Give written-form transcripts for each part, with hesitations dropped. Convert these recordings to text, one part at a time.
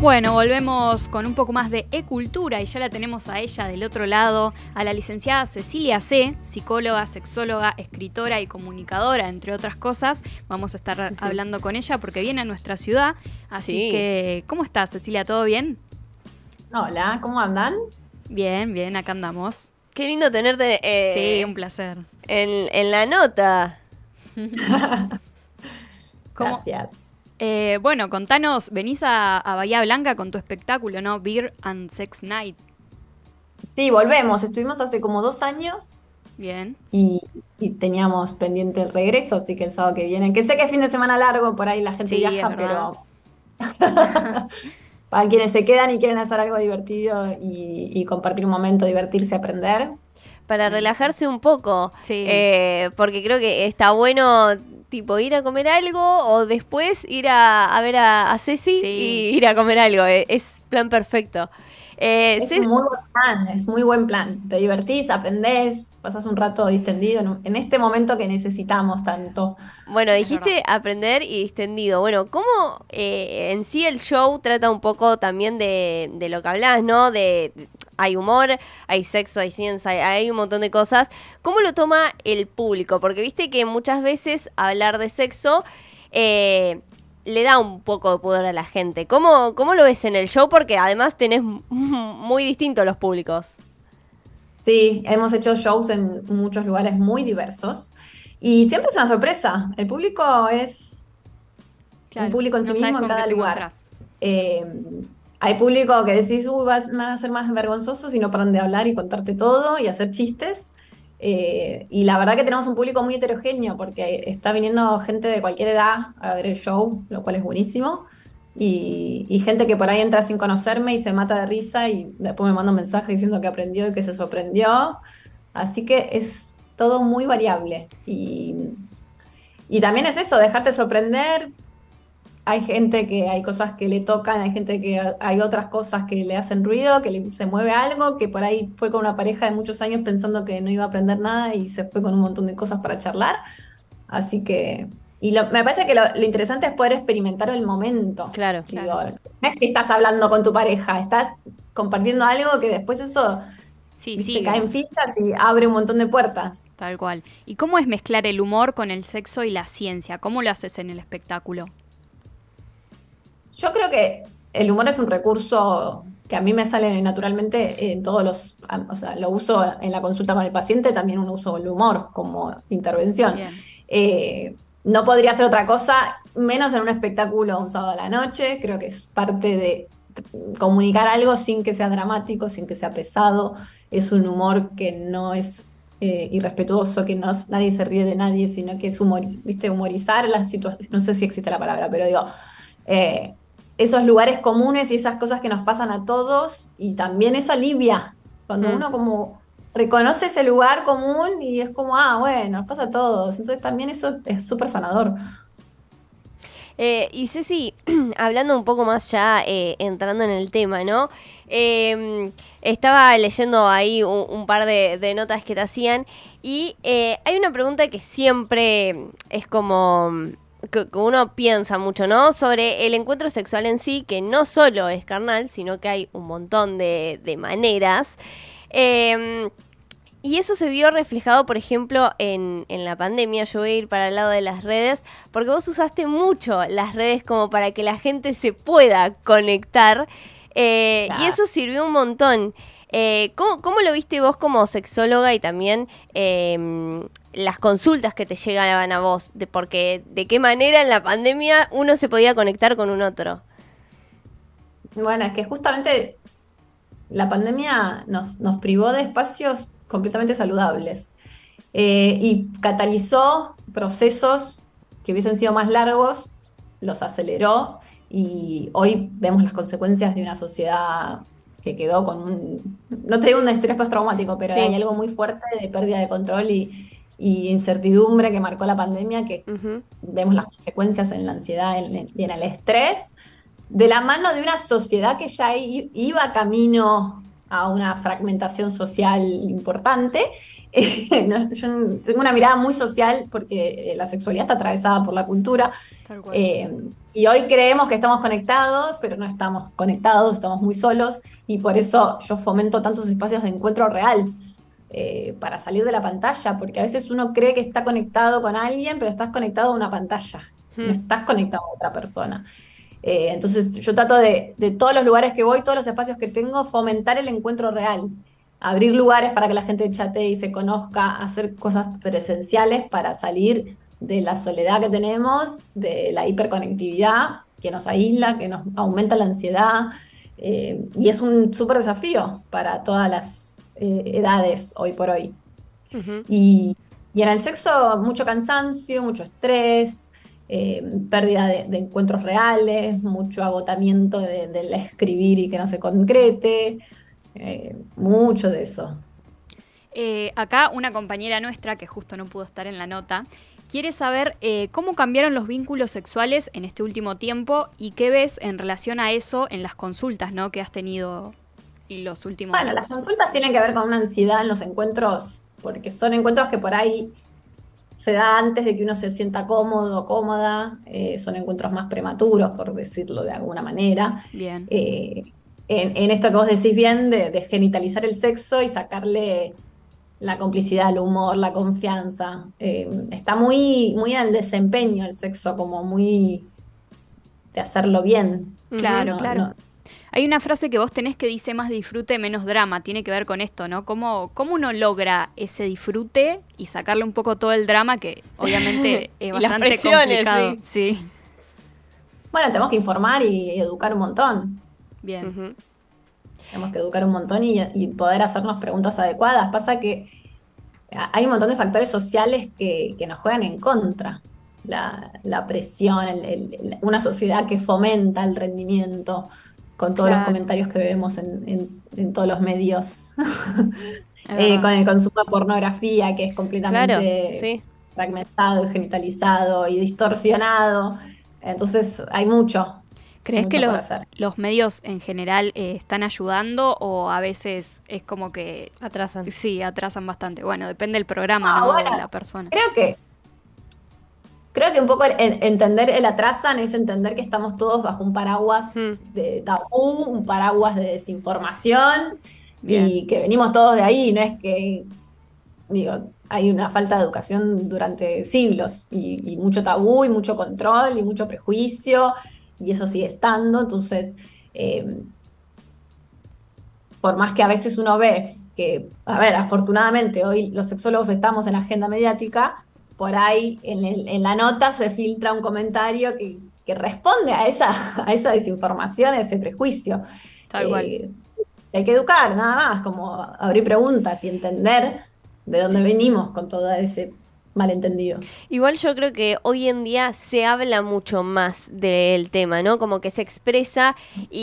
Bueno, volvemos con un poco más de e-cultura y ya la tenemos a ella del otro lado, a la licenciada Cecilia C., psicóloga, sexóloga, escritora y comunicadora, entre otras cosas. Vamos a estar hablando con ella porque viene a nuestra ciudad. Así que, ¿cómo estás, Cecilia? ¿Todo bien? Hola, ¿cómo andan? Bien, bien, acá andamos. Qué lindo tenerte Sí, un placer. en la nota. ¿Cómo? Gracias. Bueno, contanos, venís a Bahía Blanca con tu espectáculo, ¿no? Beer and Sex Night. Sí, volvemos. Estuvimos hace como 2 años Bien. y, y teníamos pendiente el regreso, así que el sábado que viene, que sé que es fin de semana largo, por ahí la gente Sí, es viaja, verdad. pero para quienes se quedan y quieren hacer algo divertido y compartir un momento, divertirse, aprender. Para Eso. relajarse un poco. Sí, Porque creo que está bueno, tipo, ir a comer algo o después ir a ver a Ceci sí. y ir a comer algo. Es plan perfecto. Es un muy buen plan, es muy buen plan. Te divertís, aprendés, pasás un rato distendido en este momento que necesitamos tanto. Bueno, Es verdad. dijiste aprender y distendido. Bueno, ¿cómo en sí el show trata un poco también de lo que hablas, ¿no? Hay humor, hay sexo, hay ciencia, hay un montón de cosas. ¿Cómo lo toma el público? Porque viste que muchas veces hablar de sexo eh, le da un poco de pudor a la gente. ¿Cómo lo ves en el show? Porque además tenés muy distintos los públicos. Sí, hemos hecho shows en muchos lugares muy diversos y siempre es una sorpresa. El público es un Claro, público en sí no sabes mismo en con qué cada te lugar. encontrás. Eh, Hay público que decís, uy, van a ser más vergonzosos y no paran de hablar y contarte todo y hacer chistes. Y la verdad que tenemos un público muy heterogéneo porque está viniendo gente de cualquier edad a ver el show, lo cual es buenísimo. Y gente que por ahí entra sin conocerme y se mata de risa y después me manda un mensaje diciendo que aprendió y que se sorprendió. Así que es todo muy variable. Y también es eso, dejarte sorprender. Hay gente que hay cosas que le tocan, hay gente que hay otras cosas que le hacen ruido, que se mueve algo, que por ahí fue con una pareja de muchos años pensando que no iba a aprender nada y se fue con un montón de cosas para charlar. Así que, me parece que lo interesante es poder experimentar el momento. Claro. Digo, Claro. no es que estás hablando con tu pareja, estás compartiendo algo que después eso, Sí, viste, cae sigue, en fichas y abre un montón de puertas. tal cual. ¿Y cómo es mezclar el humor con el sexo y la ciencia? ¿Cómo lo haces en el espectáculo? Yo creo que el humor es un recurso que a mí me sale naturalmente en todos o sea, lo uso en la consulta con el paciente, también uno uso el humor como intervención. Bien. No podría ser otra cosa, menos en un espectáculo un sábado a la noche, creo que es parte de comunicar algo sin que sea dramático, sin que sea pesado, es un humor que no es irrespetuoso, que nadie se ríe de nadie, sino que es ¿viste? Humorizar las situaciones, no sé si existe la palabra, pero digo eh, esos lugares comunes y esas cosas que nos pasan a todos y también eso alivia cuando Mm. uno como reconoce ese lugar común y es como, ah, bueno, nos pasa a todos. Entonces también eso es súper sanador. Y Ceci, hablando un poco más ya, entrando en el tema, ¿no? Estaba leyendo ahí un par de notas que te hacían y hay una pregunta que siempre es como que uno piensa mucho, ¿no? Sobre el encuentro sexual en sí, que no solo es carnal, sino que hay un montón de maneras. Eh, y eso se vio reflejado, por ejemplo, en la pandemia. Yo voy a ir para el lado de las redes, porque vos usaste mucho las redes como para que la gente se pueda conectar. Y Claro. eso sirvió un montón. ¿Cómo lo viste vos como sexóloga y también las consultas que te llegaban a vos? Porque de qué manera en la pandemia uno se podía conectar con un otro. Bueno, es que justamente la pandemia nos privó de espacios completamente saludables y catalizó procesos que hubiesen sido más largos, los aceleró y hoy vemos las consecuencias de una sociedad que quedó con no te digo un estrés postraumático, pero hay Sí. algo muy fuerte de pérdida de control y incertidumbre que marcó la pandemia, que Ujú. vemos las consecuencias en la ansiedad y en el estrés de la mano de una sociedad que ya iba camino a una fragmentación social importante. yo tengo una mirada muy social porque la sexualidad está atravesada por la cultura. Tal cual. Y hoy creemos que estamos conectados, pero no estamos conectados, estamos muy solos y por eso yo fomento tantos espacios de encuentro real, para salir de la pantalla, porque a veces uno cree que está conectado con alguien, pero estás conectado a una pantalla, no estás conectado a otra persona. Entonces yo trato de todos los lugares que voy, todos los espacios que tengo, fomentar el encuentro real, abrir lugares para que la gente chatee y se conozca, hacer cosas presenciales para salir de la soledad que tenemos, de la hiperconectividad que nos aísla, que nos aumenta la ansiedad, y es un súper desafío para todas las edades hoy por hoy. Ujú. Y en el sexo, mucho cansancio, mucho estrés, pérdida de encuentros reales, mucho agotamiento del escribir y que no se concrete, mucho de eso. Acá una compañera nuestra, que justo no pudo estar en la nota, quiere saber cómo cambiaron los vínculos sexuales en este último tiempo y qué ves en relación a eso en las consultas, ¿no?, que has tenido en los últimos... Bueno, las consultas tienen que ver con una ansiedad en los encuentros, porque son encuentros que por ahí se da antes de que uno se sienta cómodo o cómoda, son encuentros más prematuros, por decirlo de alguna manera. Bien. En esto que vos decís bien de genitalizar el sexo y sacarle la complicidad, el humor, la confianza. Está muy, muy al desempeño el sexo, como muy de hacerlo bien. Claro, Ujú. claro. Hay una frase que vos tenés que dice más disfrute, menos drama. Tiene que ver con esto, ¿no? ¿Cómo uno logra ese disfrute y sacarle un poco todo el drama que obviamente es Y las bastante presiones, complicado? Sí. Bueno, tenemos que informar y educar un montón. Bien. Ujú. Tenemos que educar un montón y poder hacernos preguntas adecuadas. Pasa que hay un montón de factores sociales que nos juegan en contra. La presión, una sociedad que fomenta el rendimiento, con todos los Claro. comentarios que vemos en todos los medios, Es verdad. con el consumo de pornografía, que es Claro, completamente sí. fragmentado y genitalizado y distorsionado. Entonces hay ¿Crees que mucho por hacer. los medios en general están ayudando o a veces es como que Atrasan. sí, atrasan bastante? Bueno, depende del programa, No, ¿no? De bueno, la persona. creo que un poco entender el atrasan es entender que estamos todos bajo un paraguas Mm. de tabú, un paraguas de desinformación Bien. y que venimos todos de ahí, no es que, digo, hay una falta de educación durante siglos y mucho tabú y mucho control y mucho prejuicio y eso sigue estando, entonces, eh, por más que a veces uno ve que, a ver, afortunadamente hoy los sexólogos estamos en la agenda mediática, por ahí en la nota se filtra un comentario que responde a esa desinformación, a ese prejuicio. Tal cual. Eh, Hay que educar, nada más, como abrir preguntas y entender de dónde venimos con todo ese malentendido. Igual yo creo que hoy en día se habla mucho más del tema, ¿no? Como que se expresa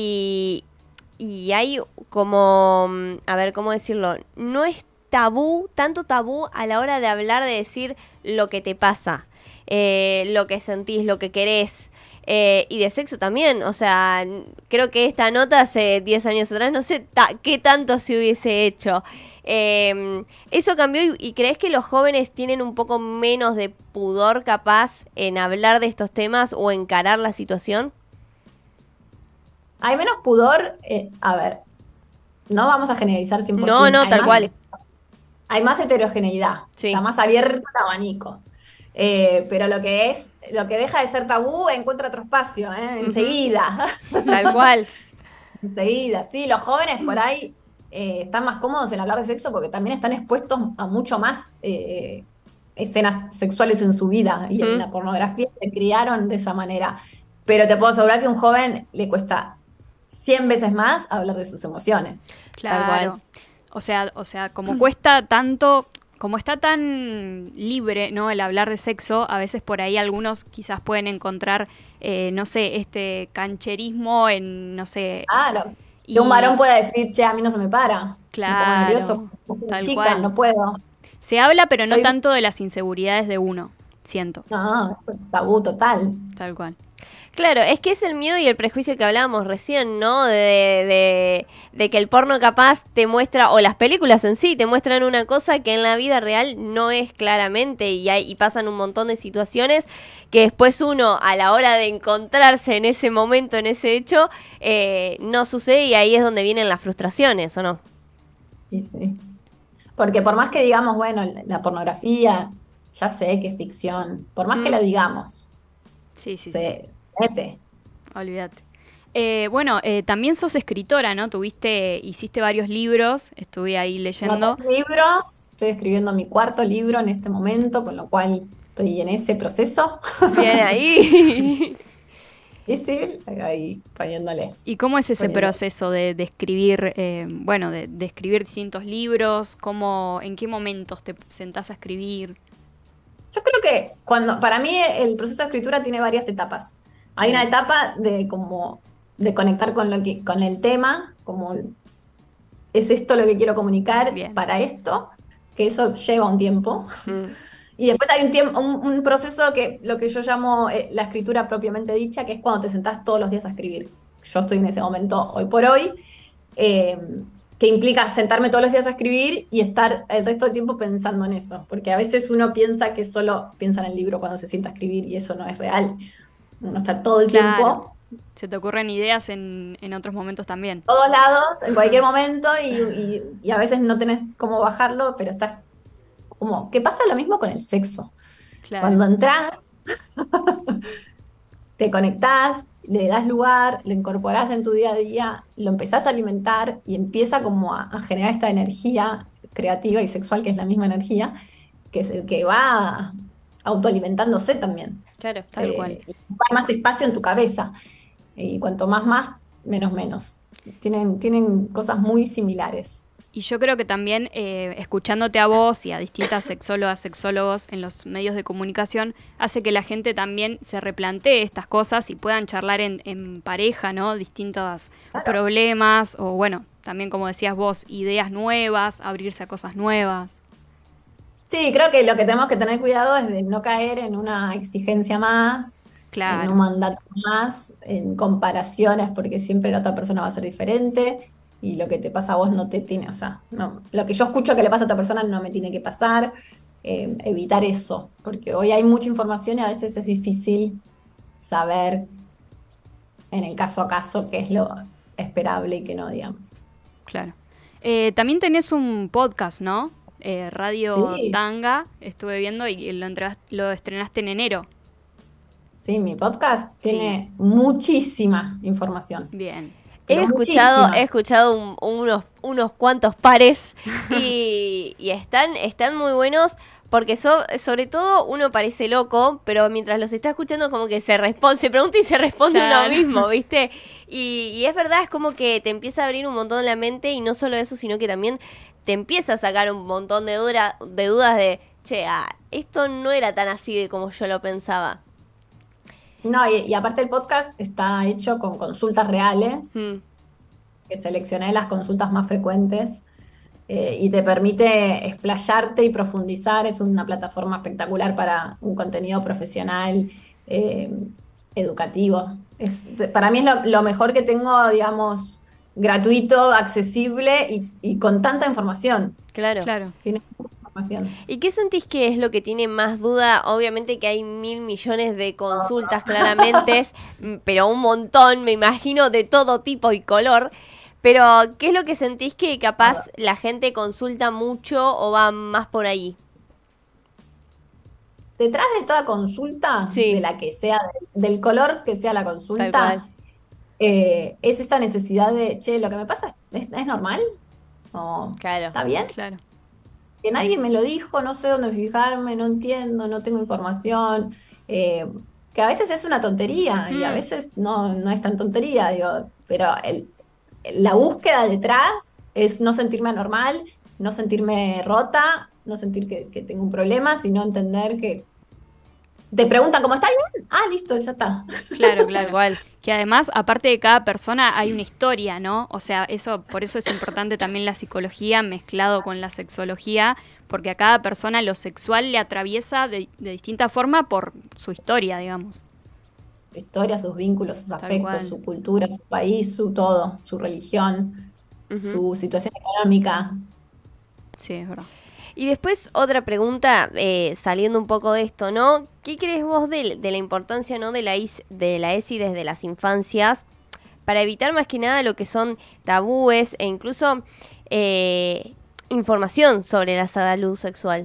y hay como, a ver, ¿cómo decirlo? No es tabú, tanto tabú a la hora de hablar, de decir lo que te pasa, lo que sentís, lo que querés. Y de sexo también, o sea, creo que esta nota hace 10 años atrás, no sé qué tanto se hubiese hecho. ¿Eso cambió y crees que los jóvenes tienen un poco menos de pudor capaz en hablar de estos temas o encarar la situación? Hay menos pudor, a ver, no vamos a generalizar No, 100%, no, tal cual. hay más heterogeneidad, Sí. está más abierto el abanico. Pero lo que deja de ser tabú encuentra otro espacio, enseguida. Tal cual. Enseguida, sí, los jóvenes por ahí están más cómodos en hablar de sexo porque también están expuestos a mucho más escenas sexuales en su vida y en Ujú. la pornografía se criaron de esa manera. Pero te puedo asegurar que a un joven le cuesta 100 veces más hablar de sus emociones. Tal cual. Claro. O sea, como cuesta tanto, como está tan libre, ¿no? El hablar de sexo, a veces por ahí algunos quizás pueden encontrar, no sé, este cancherismo en, no sé, Claro. Que un y varón pueda decir, che, a mí no se me para, me pongo nervioso, claro, soy tal chica, cual. no puedo. Se habla, pero no Soy, tanto de las inseguridades de uno, siento, no, tabú total. tal cual. Claro, es que es el miedo y el prejuicio que hablábamos recién, ¿no? De que el porno capaz te muestra, o las películas en sí, te muestran una cosa que en la vida real no es claramente y pasan un montón de situaciones que después uno, a la hora de encontrarse en ese momento, en ese hecho, no sucede y ahí es donde vienen las frustraciones, ¿o no? Sí, sí. Porque por más que digamos, bueno, la pornografía, ya sé que es ficción, por más que Mm, lo digamos, Sí, sí, sí. se mete. Olvídate. Bueno, también sos escritora, ¿no? Hiciste varios libros, estuve ahí Tengo leyendo. 3 libros, estoy escribiendo mi 4 libro en este momento, con lo cual estoy en ese proceso. bien ahí. Y sí, ahí poniéndole, ¿Y cómo es ese poniéndole. proceso de escribir, bueno, de escribir distintos libros? ¿En qué momentos te sentás a escribir? Yo creo que para mí el proceso de escritura tiene varias etapas. Hay una Bien, etapa de como de conectar con el tema, como es esto lo que quiero comunicar bien. para esto, que eso lleva un tiempo. Mm, Y después hay un proceso que lo que yo llamo la escritura propiamente dicha, que es cuando te sentás todos los días a escribir. Yo estoy en ese momento hoy por hoy, eh, que implica sentarme todos los días a escribir y estar el resto del tiempo pensando en eso, porque a veces uno piensa que solo piensa en el libro cuando se sienta a escribir y eso no es real. Uno está todo el Claro. tiempo, Se te ocurren ideas en otros momentos también. todos lados, en cualquier momento y a veces no tenés cómo bajarlo, pero estás como, que pasa lo mismo con el sexo. Claro. Cuando entras, te conectás, le das lugar, lo incorporás en tu día a día, lo empezás a alimentar y empieza como a generar esta energía creativa y sexual, que es la misma energía, que es el que va autoalimentándose también. claro. Tal cual. Y hay más espacio en tu cabeza. Y cuanto más, menos menos. Tienen cosas muy similares. Y yo creo que también escuchándote a vos y a distintas sexólogas, sexólogos en los medios de comunicación, hace que la gente también se replantee estas cosas y puedan charlar en pareja, ¿no? Distintos Claro. problemas o, bueno, también como decías vos, ideas nuevas, abrirse a cosas nuevas. Sí, creo que lo que tenemos que tener cuidado es de no caer en una exigencia más, en un Claro, mandato más, en comparaciones, porque siempre la otra persona va a ser diferente y lo que te pasa a vos no te tiene, o sea, no, lo que yo escucho que le pasa a otra persona no me tiene que pasar. Evitar eso, porque hoy hay mucha información y a veces es difícil saber en el caso a caso qué es lo esperable y qué no, digamos. claro. También tenés un podcast, ¿no? Radio Sí, Tanga, estuve viendo y lo estrenaste en enero. sí, mi podcast Sí, tiene muchísima información, bien. He pero escuchado, he muchísima. escuchado unos cuantos pares y están muy buenos porque sobre todo uno parece loco, pero mientras los está escuchando como que se pregunta y se responde uno Claro. mismo, ¿viste? Y es verdad, es como que te empieza a abrir un montón la mente y no solo eso, sino que también te empieza a sacar un montón de dudas de, che, esto no era tan así de como yo lo pensaba. No, y aparte el podcast está hecho con consultas reales, Mm, que seleccioné las consultas más frecuentes y te permite explayarte y profundizar. Es una plataforma espectacular para un contenido profesional, eh, educativo. Para mí es lo mejor que tengo, digamos, gratuito, accesible y con tanta información. claro. Claro. Tiene mucha información. ¿Y qué sentís que es lo que tiene más duda? Obviamente que hay 1.000 millones de consultas, claramente, pero un montón, me imagino, de todo tipo y color. Pero, ¿qué es lo que sentís que capaz la gente consulta mucho o va más por ahí? Detrás de toda consulta, de Sí, la que sea, del color que sea la tal cual. consulta, es esta necesidad de, che, lo que me pasa es normal, o Claro. está bien, Claro. que nadie me lo dijo, no sé dónde fijarme, no entiendo, no tengo información, eh, que a veces es una tontería y a Mm, veces no es tan tontería, digo, pero la búsqueda detrás es no sentirme anormal, no sentirme rota, no sentir que tengo un problema, sino entender que te preguntan cómo está bien, listo, ya está. Claro, tal claro. cual. Que además, aparte de cada persona, hay una historia, ¿no? O sea, por eso es importante también la psicología mezclado con la sexología, porque a cada persona lo sexual le atraviesa de distinta forma por su historia, digamos. historia, sus vínculos, sus Tal afectos, cual. su cultura, su país, su todo, su religión, Ujú. su situación económica. Sí, es verdad. Y después otra pregunta, saliendo un poco de esto, ¿no? ¿Qué crees vos de la importancia, ¿no? de la ESI desde las infancias para evitar más que nada lo que son tabúes e incluso información sobre la salud sexual?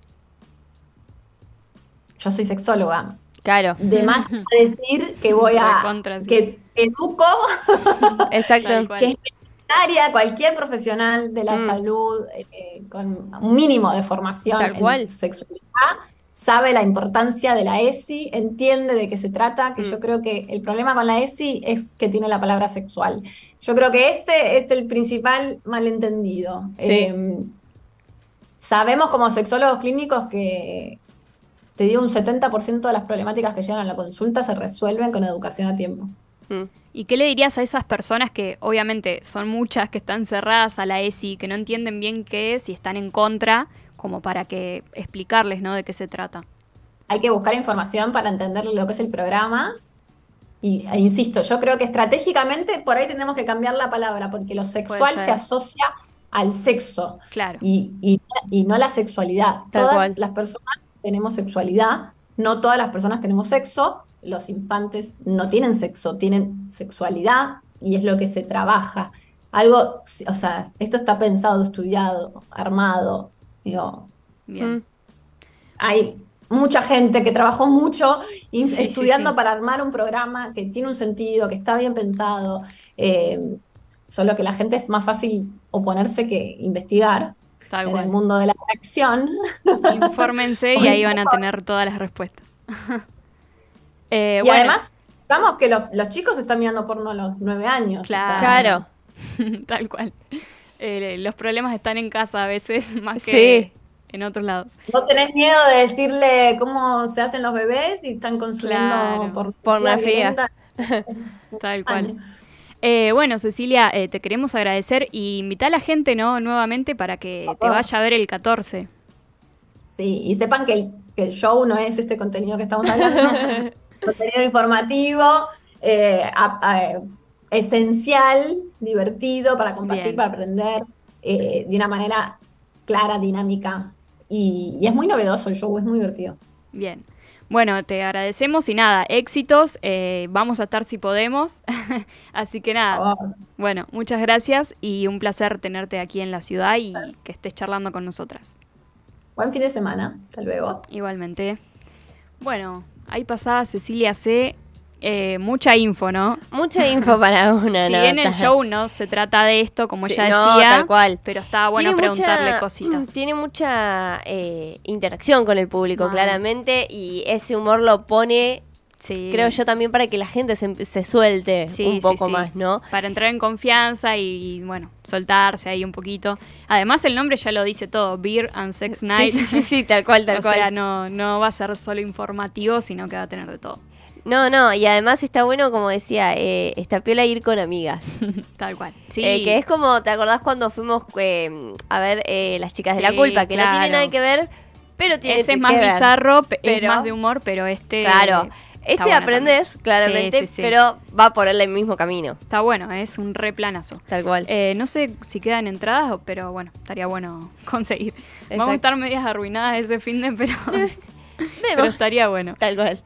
Yo soy sexóloga. Claro, De más a decir que voy a, Recontra, sí. que educo, exacto. Tal cual. que es necesaria cualquier profesional de la Mm, salud con un mínimo de formación tal en cual. sexualidad, sabe la importancia de la ESI, entiende de qué se trata, que Mm, yo creo que el problema con la ESI es que tiene la palabra sexual. Yo creo que este es el principal malentendido. sí. Sabemos como sexólogos clínicos que, te digo, un 70% de las problemáticas que llegan a la consulta se resuelven con educación a tiempo. Mm. ¿Y qué le dirías a esas personas que obviamente son muchas que están cerradas a la ESI, que no entienden bien qué es y están en contra, como para que explicarles, ¿no? De qué se trata? Hay que buscar información para entender lo que es el programa. E insisto, yo creo que estratégicamente por ahí tenemos que cambiar la palabra, porque lo Puede sexual se ser, asocia al sexo claro, y no a la sexualidad. Tal Todas cual. las personas tenemos sexualidad, no todas las personas tenemos sexo. Los infantes no tienen sexo, tienen sexualidad y es lo que se trabaja. Algo, o sea, esto está pensado, estudiado, armado. Digo, bien. Mm, hay mucha gente que trabajó mucho Sí, sí, estudiando sí, para armar un programa que tiene un sentido, que está bien pensado, eh, solo que la gente es más fácil oponerse que investigar tal en el cual. mundo de la atracción. Infórmense y ahí van a tener todas las respuestas. Y Bueno, además, digamos que los chicos están mirando porno a los 9 años, o sea, claro. tal cual. Los problemas están en casa a veces más Sí, que en otros lados. no tenés miedo de decirle cómo se hacen los bebés y están consumiendo Claro, pornografía pornografía. violenta. tal cual. Años. Bueno, Cecilia, te queremos agradecer y invitar a la gente, ¿no? Nuevamente para que te vaya a ver el 14. Sí, y sepan que el show no es este contenido que estamos hablando, contenido informativo, esencial, divertido para compartir, Bien, para aprender de una manera clara, dinámica. Y es muy novedoso el show, es muy divertido. bien. Bueno, te agradecemos y nada, éxitos. Vamos a estar si podemos. Así que Por nada, favor. bueno, muchas gracias y un placer tenerte aquí en la ciudad y que estés charlando con nosotras. Buen fin de semana. Hasta luego. Igualmente. Bueno, ahí pasaba Cecilia C. Mucha info, ¿no? Mucha info para una Si nota. bien el show no se trata de esto, como Sí, ella no, decía, tal cual. pero estaba bueno preguntarle cositas. Tiene mucha interacción con el público, Mal. claramente, y ese humor lo pone, Sí. creo yo, también para que la gente se suelte Sí, un poco sí. más, ¿no? Para entrar en confianza y, bueno, soltarse ahí un poquito. Además, el nombre ya lo dice todo, Beer and Sex Night. Sí, tal cual, tal O cual. sea, no va a ser solo informativo, sino que va a tener de todo. No, y además está bueno, como decía, está piola ir con amigas. Tal cual. Sí. Que es como, ¿te acordás cuando fuimos a ver Las chicas de la Sí, culpa? Que no tiene claro. nada que ver, pero tiene Ese es que más ver. bizarro, es Pero- más de humor, pero este... Claro, está bueno aprendes, también. claramente, Sí, sí, sí. pero va por el mismo camino, Está bueno, es un replanazo. tal cual. No sé si quedan entradas, pero bueno, estaría bueno conseguir. Vamos a Exacto. estar medias arruinadas ese fin de, pero Vemos. pero estaría bueno. Tal cual.